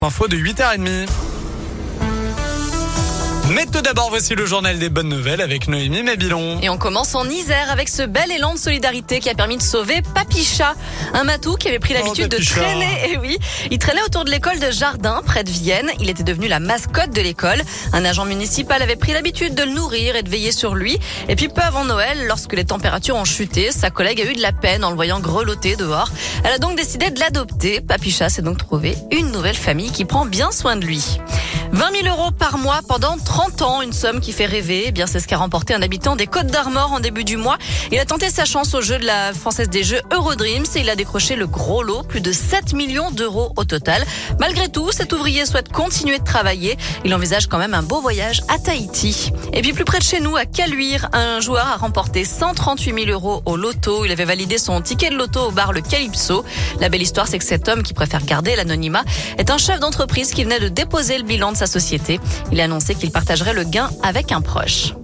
Info de 8h30. Mais tout d'abord, voici le journal des bonnes nouvelles avec Noémie Mabilon. Et on commence en Isère avec ce bel élan de solidarité qui a permis de sauver Papicha, un matou qui avait pris l'habitude de traîner. Et oui, il traînait autour de l'école de Jardin, près de Vienne. Il était devenu la mascotte de l'école. Un agent municipal avait pris l'habitude de le nourrir et de veiller sur lui. Et puis peu avant Noël, lorsque les températures ont chuté, sa collègue a eu de la peine en le voyant grelotter dehors. Elle a donc décidé de l'adopter. Papicha s'est donc trouvé une nouvelle famille qui prend bien soin de lui. 20 000 euros par mois pendant 30 ans, une somme qui fait rêver. Eh bien, c'est ce qu'a remporté un habitant des Côtes d'Armor en début du mois. Il a tenté sa chance au jeu de la Française des Jeux Eurodreams et il a décroché le gros lot, plus de 7 millions d'euros au total. Malgré tout, cet ouvrier souhaite continuer de travailler. Il envisage quand même un beau voyage à Tahiti. Et puis plus près de chez nous, à Caluire, un joueur a remporté 138 000 euros au loto. Il avait validé son ticket de loto au bar Le Calypso. La belle histoire, c'est que cet homme qui préfère garder l'anonymat est un chef d'entreprise qui venait de déposer le bilan de sa société. Il a annoncé qu'il partagerait le gain avec un proche.